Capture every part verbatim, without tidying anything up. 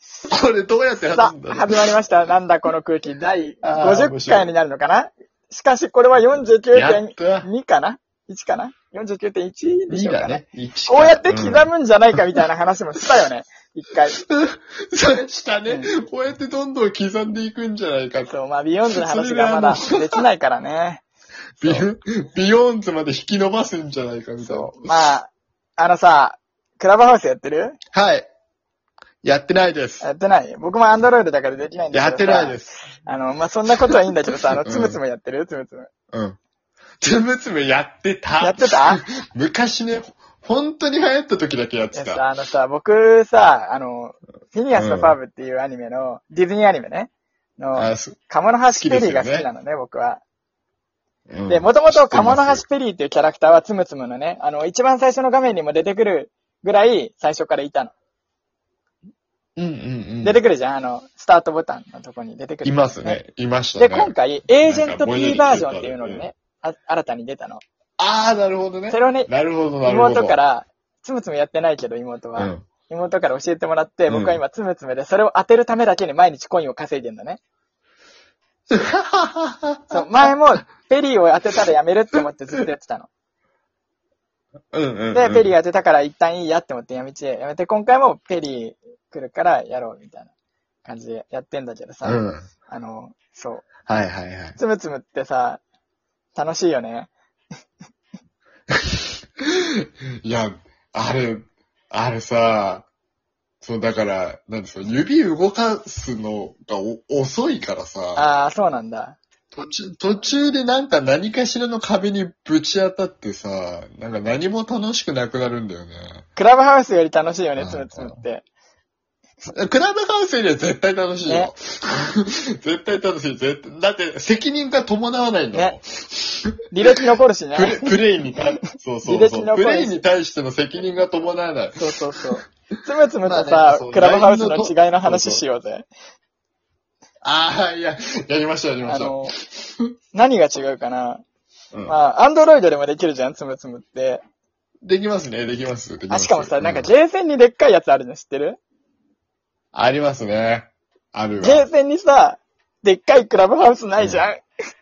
これどうやってさ話すんだろう。 あ、始まりました。なんだこの空気。だいごじゅっかいになるのかな。しかしこれは よんじゅうきゅうてんに かな ?いち かな ?よんじゅうきゅうてんいち でしょうかな。 にだね。いちこうやって刻むんじゃないかみたいな話もしたよね。一回。 それしたね、 うん。 こうやってどんどん刻んでいくんじゃないかと。 そう、まあビヨンズの話がまだできないからね。 ビヨビヨーンズまで引き伸ばすんじゃないかみたいな。 そう。まあ、あのさ、クラブハウスやってる？ はい。やってないです。 やってない？僕もアンドロイドだからできないんだけどさ。 やってないです。 あの、まあ、そんなことはいいんだけどさ、あの、つむつむやってる？つむつむ。 うん。つむつむやってた。 やってた？ 昔ね、本当に流行った時だけやってた。 あのさ、僕さ、あの、フィニアスとファーブっていうアニメの、ディズニーアニメね。の、カモノハシペリーが好きなのね、僕は。 うん、 で、もともとカモノハシペリーっていうキャラクターはつむつむのね、あの、一番最初の画面にも出てくるぐらい最初からいたの。 うんうんうん。 出てくるじゃん、あの、スタートボタンのとこに出てくる、 ね。いますね。いましたね。 で、今回、エージェント P バージョンっていうのでね、あ新たに出たの。 ああ、なるほどね。 それをね、 なるほど、なるほど。 妹から、つむつむやってないけど妹は、うん、妹から教えてもらって、僕は今つむつむで、それを当てるためだけに毎日コインを稼いでんだね。そう、前も、ペリーを当てたらやめるって思ってずっとやってたの。 うんうんうん、 で、ペリー当てたから一旦いいやって思ってやめちやめて、今回もペリー来るからやろうみたいな感じでやってんだけどさ、うん、あの、そう。 はいはいはい。 つむつむってさ、楽しいよね。 いや、あれ、あれさ、そうだから、なんですか、指動かすのがお遅いからさ。 ああ、そうなんだ。 途中、途中でなんか何かしらの壁にぶち当たってさ、なんか何も楽しくなくなるんだよね。 クラブハウスより楽しいよね、つむつむって。 クラブハウスよりは絶対楽しいよ。ね、絶対楽しい。絶対。だって責任が伴わないんだもん。ね、 履歴残るしね。 プレ、プレイに対、そうそうそう。履歴残るし。プレイに対しての責任が伴わない。 そうそうそう。つむつむとさ、ね、クラブハウスの違いの話しようぜ。そうそうああ、いや、やりましょう、やりましょう。 あの、何が違うかな、うん、まあ、アンドロイドでもできるじゃん、つむつむって。 できますね、できます。できます。 あ、しかもさ、なんか J 線にでっかいやつあるの知ってる？ ありますね。あるわ。 J 線にさ、でっかいクラブハウスないじゃん。うん、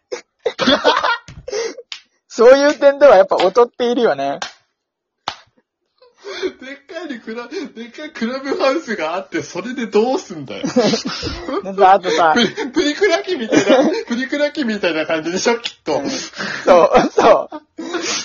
そういう点ではやっぱ劣っているよね。 でっかいにクラ、でっかいクラブハウスがあって、それでどうすんだよ。 なんかあとさ、 プリ、プリクラ機みたいな、プリクラ機みたいな感じでしょ、きっと。 そう、そう。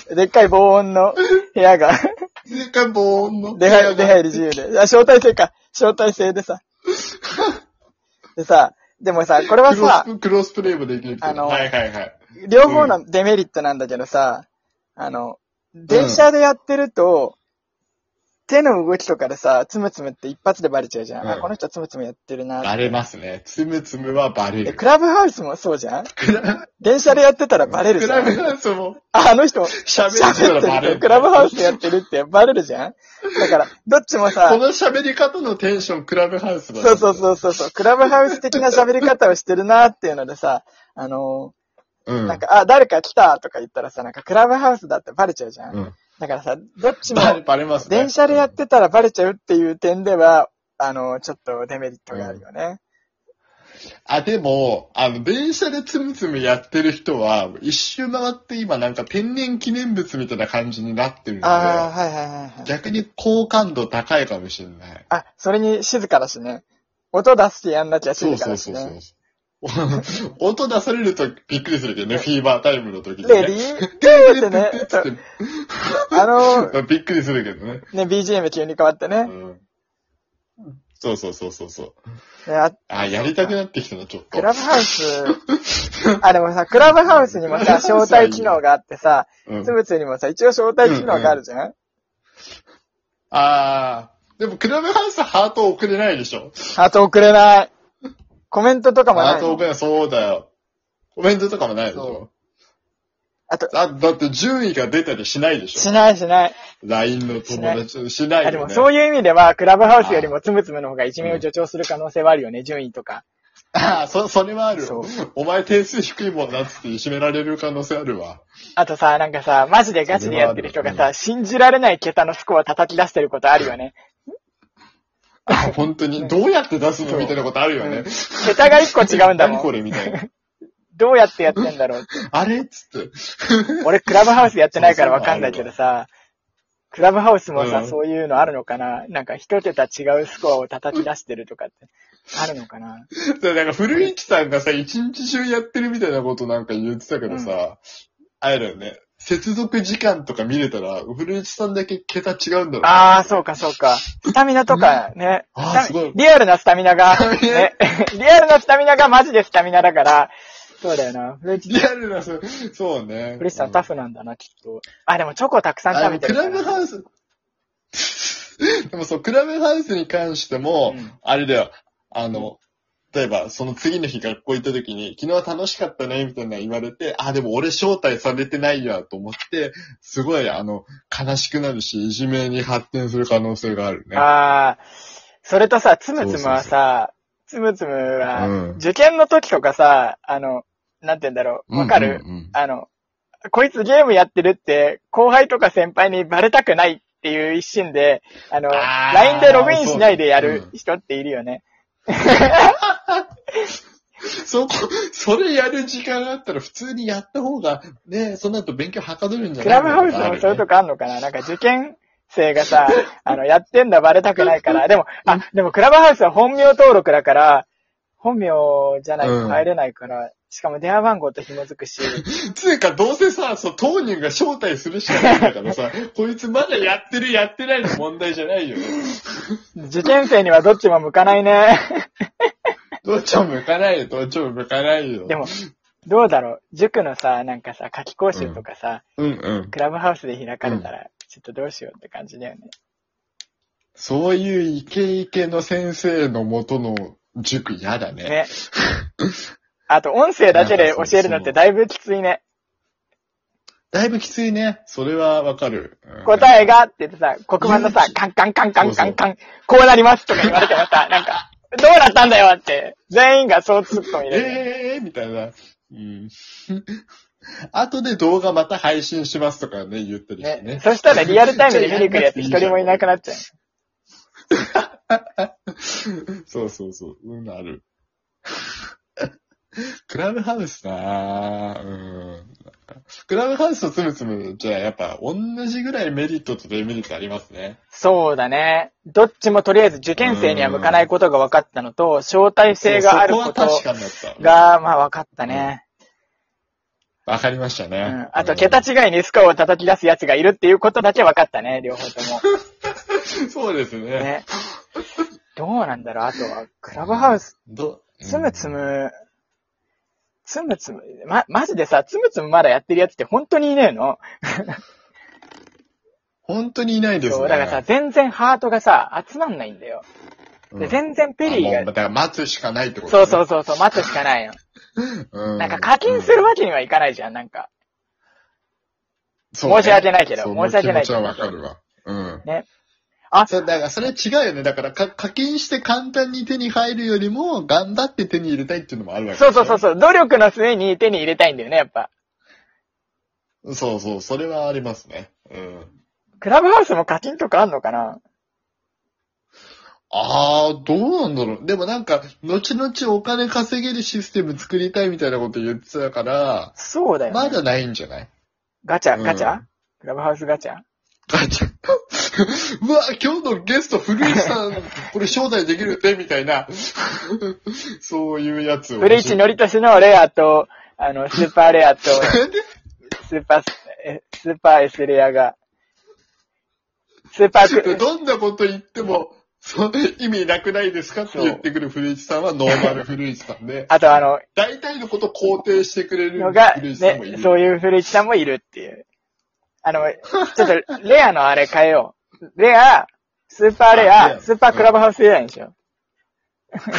でっかい防音の部屋が。 でっかい防音の出入り、出入り自由で。あ、招待制か。招待制でさ。でさ、でもさ、これはさ、 クロス、クロスプレイもできるけど。あの、はいはいはい。 両方のデメリットなんだけどさ、うん、あの、電車でやってると、うん、手の動きとかでさ、つむつむって一発でバレちゃうじゃん。うん、あ、この人はつむつむやってるなって。 バレますね。つむつむはバレる。 クラブハウスもそうじゃん。電車でやってたらバレるじゃん。 クラブハウスも。 あ、あの人、喋ってる。クラブハウスでやってるってバレるじゃん。だから、どっちもさ、 この喋り方のテンション、クラブハウスだ、 ね。そうそうそうそうそう。クラブハウス的な喋り方をしてるなっていうのでさ、あのー、うん、なんか、あ、誰か来たとか言ったらさ、なんかクラブハウスだってバレちゃうじゃん。うん、だからさ、どっちも、 バレますね。 電車でやってたらバレちゃうっていう点では、あの、ちょっとデメリットがあるよね。うんあ、でも、あの、電車でつむつむやってる人は、一周回って今なんか天然記念物みたいな感じになってるので、 ああ、はいはいはい、はい。 逆に好感度高いかもしれない。 あ、それに静かだしね。音出してやんなきゃ静かだしね。そうそうそうそう。音出されるとびっくりするけどね、フィーバータイムの時に、ね。 レディーってね。あのびっくりするけどね。 ね、ビージーエム 急に変わってね。 うんそうそうそうそうそう。 あ、 あ、やりたくなってきたな、ちょっと。 クラブハウス、あ、でもさ、クラブハウスにもさ、招待機能があってさ、つむつむにもさ、一応招待機能があるじゃん、うんうん、 あー、でもクラブハウスハート送れないでしょ。 ハート送れない。コメントとかもない。 ハート送れない、そうだよ。コメントとかもないでしょ。あと、あ、だって順位が出たりしないでしょ。 しないしない。 ライン の友達しないよね。 でもそういう意味では、クラブハウスよりもつむつむの方が一名を助長する可能性はあるよね、うん、順位とか。 ああ、そ、それはある。お前点数低いもんなっつっていじめられる可能性あるわ。 あとさ、なんかさ、マジでガチでやってる人がさ、うん、信じられない桁のスコア叩き出してることあるよね。 本当に、どうやって出すのみたいなことあるよね。 桁が一個違うんだもん。 何これみたいな。 どうやってやってんだろうって。 あれっつって。 俺、クラブハウスやってないからわかんないけどさ、クラブハウスもさ、 うん、 そういうのあるのかな？なんか一桁違うスコアを叩き出してるとかって、あるのかな？ だから古市さんがさ、一日中やってるみたいなことなんか言ってたけどさ、うん、あれだよね。接続時間とか見れたら、古市さんだけ桁違うんだろう、ね。 ああ、そうかそうか。スタミナとかね。 あすごい。 リアルなスタミナが、ね、リアルなスタミナがマジでスタミナだから、そうだよな。 リアルな、そうね。 古市さん、うん、タフなんだな、きっと。あ、でもチョコたくさん食べてるから。 クラブハウス、でもそう、クラブハウスに関しても、うん、あれだよ、あの、例えば、その次の日学校行った時に、昨日楽しかったね、みたいな言われて、あ、でも俺招待されてないや、と思って、すごい、あの、悲しくなるし、いじめに発展する可能性があるね。 ああ、それとさ、つむつむはさ、つむつむは、うん、受験の時とかさ、あの、なんて言うんだろう、わかる、うんうんうん、あの、こいつゲームやってるって、後輩とか先輩にバレたくないっていう一心で、あの、ライン でログインしないでやる人っているよね。 そこ、それやる時間があったら普通にやった方が、ね、その後勉強はかどるんじゃないクラブハウスもそういうとこあんのかな、なんか受験生がさ、あの、やってんだバレたくないから。でも、あ、でもクラブハウスは本名登録だから、本名じゃないと入れないから、うん、しかも電話番号と紐づくし。 つうか、どうせさ、そう、当人が招待するしかないんだからさ、こいつまだやってるやってないの問題じゃないよね。 受験生にはどっちも向かないね。 どっちも向かないよ、どっちも向かないよ。 でも、どうだろう、塾のさ、なんかさ、夏期講習とかさ、 うんうんうん、 クラブハウスで開かれたら、ちょっとどうしようって感じだよね。 そういうイケイケの先生の元の塾嫌だね。 ね。あと、音声だけで教えるのってだいぶきついね。 だいぶきついね。それはわかる、 うん。答えがって言ってさ、黒板のさ、カンカンカンカンカンカン、こうなりますとか言われてもさ、なんか、どうなったんだよって、全員がそう突っ込みで。 ええーみたいな。うん。後で動画また配信しますとかね、言ったりしてね。 ね、そしたらリアルタイムで見に来るやつ一人もいなくなっちゃう。 そうそうそう。うん、ある。クラブハウスなぁ。うん。クラブハウスとつむつむじゃあやっぱ同じぐらいメリットとデメリットありますね。 そうだね。どっちもとりあえず受験生には向かないことが分かったのと、招待制があることが、まあ分かったね。 わ、うん、かりましたね。 うん。あと、桁違いにスコアを叩き出す奴がいるっていうことだけ分かったね、両方とも。 そうですね。ね。 どうなんだろう、あとは、クラブハウス、どつむつむ、つむつむ、ま、マジでさ、つむつむまだやってるやつって本当にいねえの本当にいないですね。 そう、だからさ、全然ハートがさ、集まんないんだよ。で、うん、全然ペリーが。 だから待つしかないってこと、 ね、そうそうそうそう、待つしかないの。うん、なんか課金するわけにはいかないじゃん、なんか。そうね、申し訳ないけど、申し訳ないけど。 気持ちはわかるわ。うん。 ね。 あ、そう、だからそれ違うよね。だからか課金して簡単に手に入るよりも、頑張って手に入れたいっていうのもあるわけそうそうそうそう。努力の末に手に入れたいんだよね、やっぱ。 そうそう、それはありますね。うん。 クラブハウスも課金とかあんのかな？ ああ、どうなんだろう。でもなんか、後々お金稼げるシステム作りたいみたいなこと言ってたから、 そうだよ、ね。 まだないんじゃない？ ガチャ、ガチャ、うん、クラブハウスガチャガチャ。うわ、今日のゲスト、古市さん、これ招待できるってみたいな。そういうやつを。 古市のりとしのレアと、あの、スーパーレアと、スーパー、スーパー S レアが、スーパーク、 どんなこと言っても、そ意味なくないですかって言ってくる古市さんはノーマル古市さんで。 あとあの、 大体のこと肯定してくれる古市さんもいる。 ね、そういう古市さんもいるっていう。あの、ちょっと、レアのあれ変えよう。レア、スーパーレア、スーパークラブハウスレアにしよう。 ス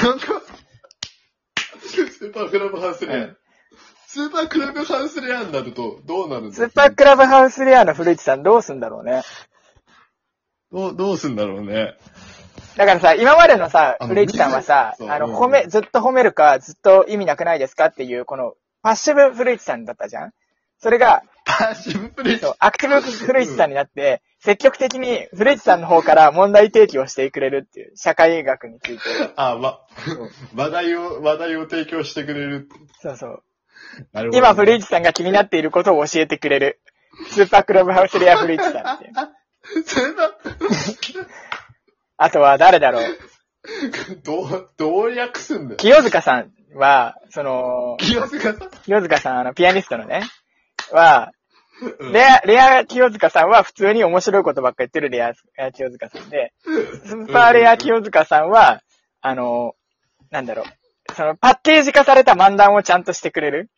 ーパークラブハウスレア。うん、スーパークラブハウスレアになると、どうなるんだスーパークラブハウスレアの古市さんどうすんだろうね。 どう、どうすんだろうね。 だからさ、今までのさ、古市さんはさ、あの、褒め、ずっと褒めるか、ずっと意味なくないですかっていう、この、パッシブ古市さんだったじゃん。それが、 パッシブ古市アクティブ古市さんになって、 積極的に古市さんの方から問題提起をしてくれるっていう、社会学について。 あ、ま、話題を、話題を提供してくれる。 そうそう。 なるほど、ね。 今古市さんが気になっていることを教えてくれる。スーパークラブハウスレア古市さんっていう。 それだあとは誰だろう。 どう、どう略すんだよ。 清塚さんは、その、 清塚さん清塚さん、あの、ピアニストのね、は、レア、レア清塚さんは普通に面白いことばっか言ってるレア、レア清塚さんで、スーパーレア清塚さんは、あの、なんだろう、そのパッケージ化された漫談をちゃんとしてくれる。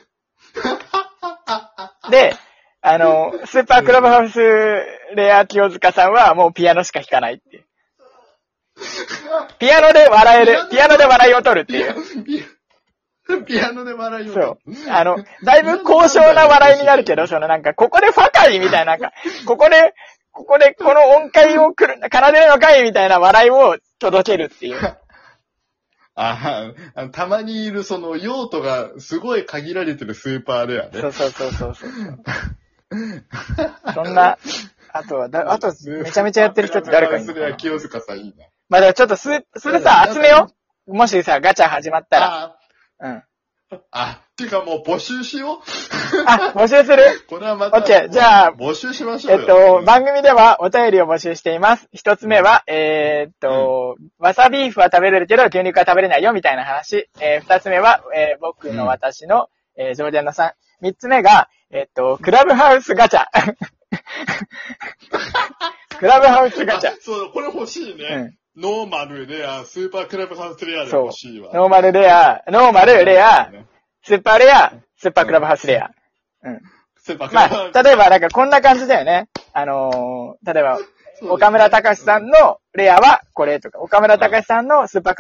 で、あの、スーパークラブハウスレア清塚さんはもうピアノしか弾かないっていう。ピアノで笑える、ピアノで笑いを取るっていう。 ピアノで笑いを。 そう。あの、だいぶ高尚な笑いになるけど、そのなんか、ここでファカイみたいな、なんか、ここで、ここでこの音階をくる、奏でるのかいみたいな笑いを届けるっていう。 ああ、たまにいるその用途がすごい限られてるスーパーレアね。 そうそうそうそうそう。そんな、あとは、だあと、めちゃめちゃやってる人って誰かいるのかな。 それは清塚さんいいな。 まあでもちょっとす、それさ、集めよう。もしさ、ガチャ始まったら。うん。 あ、てかもう募集しよう。 あ、募集するこれはまた。 オッケー、じゃあ、 募集しましょうよ。 えっと、番組ではお便りを募集しています。一つ目は、えー、っと、うん、わさビーフは食べれるけど牛肉は食べれないよみたいな話。えー、二つ目は、えー、僕の私の、うん、えー、ジョーディアンのさん。三つ目が、えー、っと、クラブハウスガチャ。クラブハウスガチャ。 そう、これ欲しいね。うんノーマルレア、スーパークラブハウスレアで欲しいわ。 ノーマルレア、ノーマルレア、スーパーレア、スーパークラブハウスレア。うん。 スーパークラブハウス。 まあ、例えば、なんかこんな感じだよね。あのー、例えば、岡村隆史さんのレアはこれとか、岡村隆史さんのスーパークラブハウス